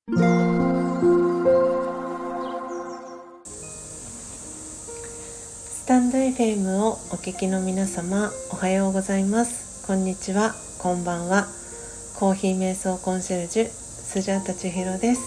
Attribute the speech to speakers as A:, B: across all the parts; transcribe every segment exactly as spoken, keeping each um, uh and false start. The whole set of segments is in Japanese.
A: スタンド エフエム をお聞きの皆様、おはようございます。こんにちは、こんばんは。コーヒー瞑想コンシェルジュスジャータ千尋です。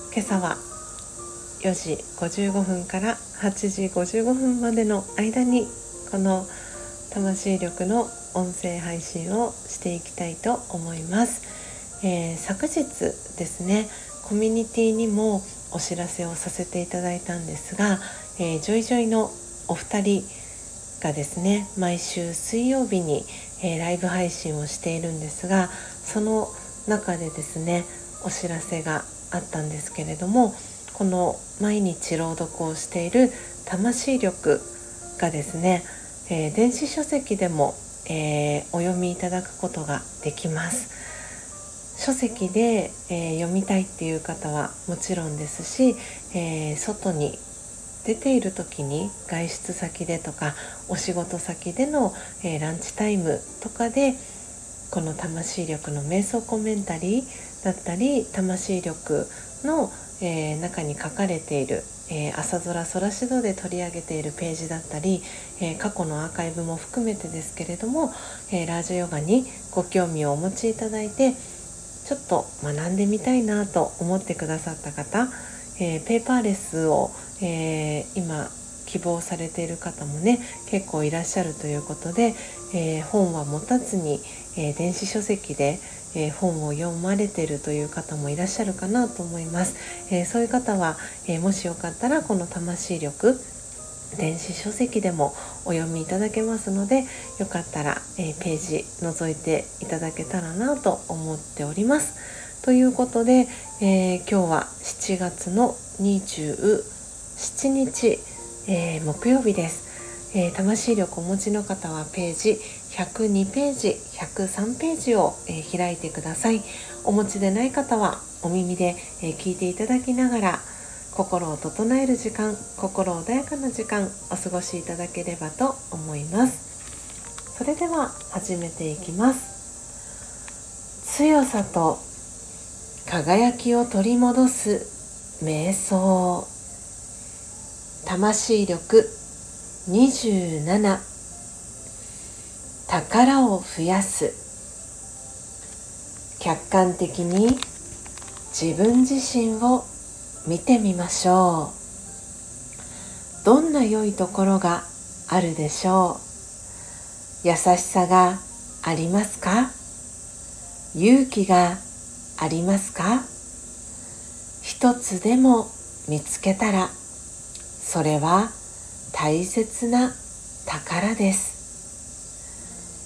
A: 今朝はよじごじゅうごふんからはちじごじゅうごふんまでの間にこの魂力の音声配信をしていきたいと思います。えー、昨日ですね、コミュニティにもお知らせをさせていただいたんですが、えー、ジョイジョイのお二人がですね、毎週水曜日に、えー、ライブ配信をしているんですが、その中でですね、お知らせがあったんですけれども、この毎日朗読をしている魂力がですね、えー、電子書籍でも、えー、お読みいただくことができます。書籍で、えー、読みたいっていう方はもちろんですし、えー、外に出ている時に外出先でとかお仕事先での、えー、ランチタイムとかでこの魂力の瞑想コメンタリーだったり、魂力の、えー、中に書かれている、えー、朝空空しどで取り上げているページだったり、えー、過去のアーカイブも含めてですけれども、えー、ラージャヨガにご興味をお持ちいただいてちょっと学んでみたいなと思ってくださった方、えー、ペーパーレスを、えー、今希望されている方もね結構いらっしゃるということで、えー、本は持たずに、えー、電子書籍で、えー、本を読まれているという方もいらっしゃるかなと思います。えー、そういう方は、えー、もしよかったらこの魂力電子書籍でもお読みいただけますので、よかったら、えー、ページ覗いていただけたらなと思っております。ということで、えー、今日はしちがつのにじゅうしちにち、えー、木曜日です。えー、魂力をお持ちの方はページひゃくにページ、ひゃくさんページを、えー、開いてください。お持ちでない方はお耳で、えー、聞いていただきながら心を整える時間、心穏やかな時間お過ごしいただければと思います。それでは始めていきます。強さと輝きを取り戻す瞑想。魂力にじゅうなな、宝を増やす。客観的に自分自身を見てみましょう。どんな良いところがあるでしょう。優しさがありますか？勇気がありますか？一つでも見つけたら、それは大切な宝です。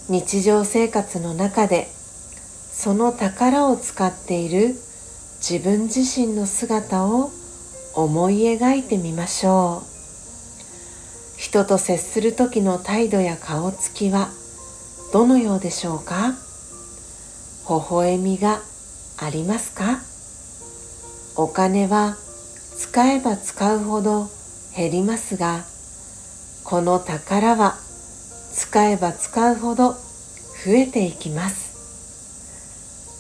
A: 日常生活の中でその宝を使っている自分自身の姿を思い描いてみましょう。人と接する時の態度や顔つきはどのようでしょうか？微笑みがありますか？お金は使えば使うほど減りますが、この宝は使えば使うほど増えていきます。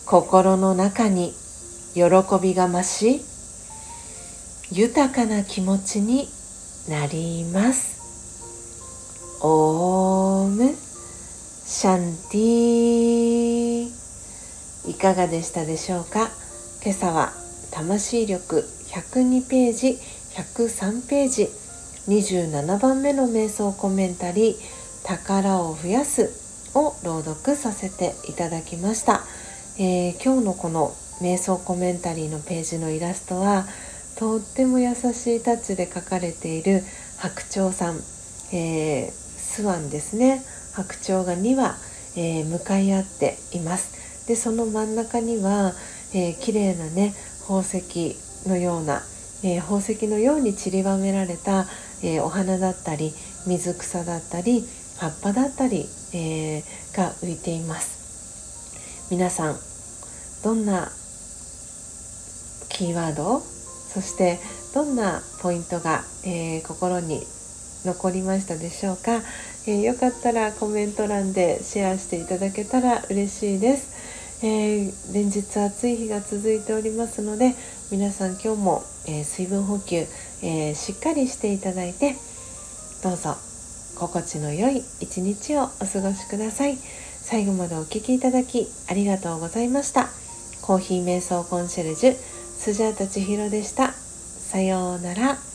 A: 心の中に喜びが増し、豊かな気持ちになります。オームシャンティー。いかがでしたでしょうか？今朝は魂力ひゃくにページ、ひゃくさんページ、にじゅうななばんめの瞑想コメンタリー、宝を増やすを朗読させていただきました。えー、今日のこの瞑想コメンタリーのページのイラストはとっても優しいタッチで描かれている白鳥さん、えー、スワンですね。白鳥がに羽、えー、向かい合っています。でその真ん中には、えー、綺麗なね宝石のような、えー、宝石のように散りばめられた、えー、お花だったり水草だったり葉っぱだったり、えー、が浮いています。皆さんどんなキーワード、そしてどんなポイントが、えー、心に残りましたでしょうか。えー、よかったらコメント欄でシェアしていただけたら嬉しいです。 えー、連日暑い日が続いておりますので、皆さん今日も、えー、水分補給、えー、しっかりしていただいて、どうぞ心地の良い一日をお過ごしください。最後までお聞きいただきありがとうございました。コーヒー瞑想コンシェルジュスジャータ千尋でした。さようなら。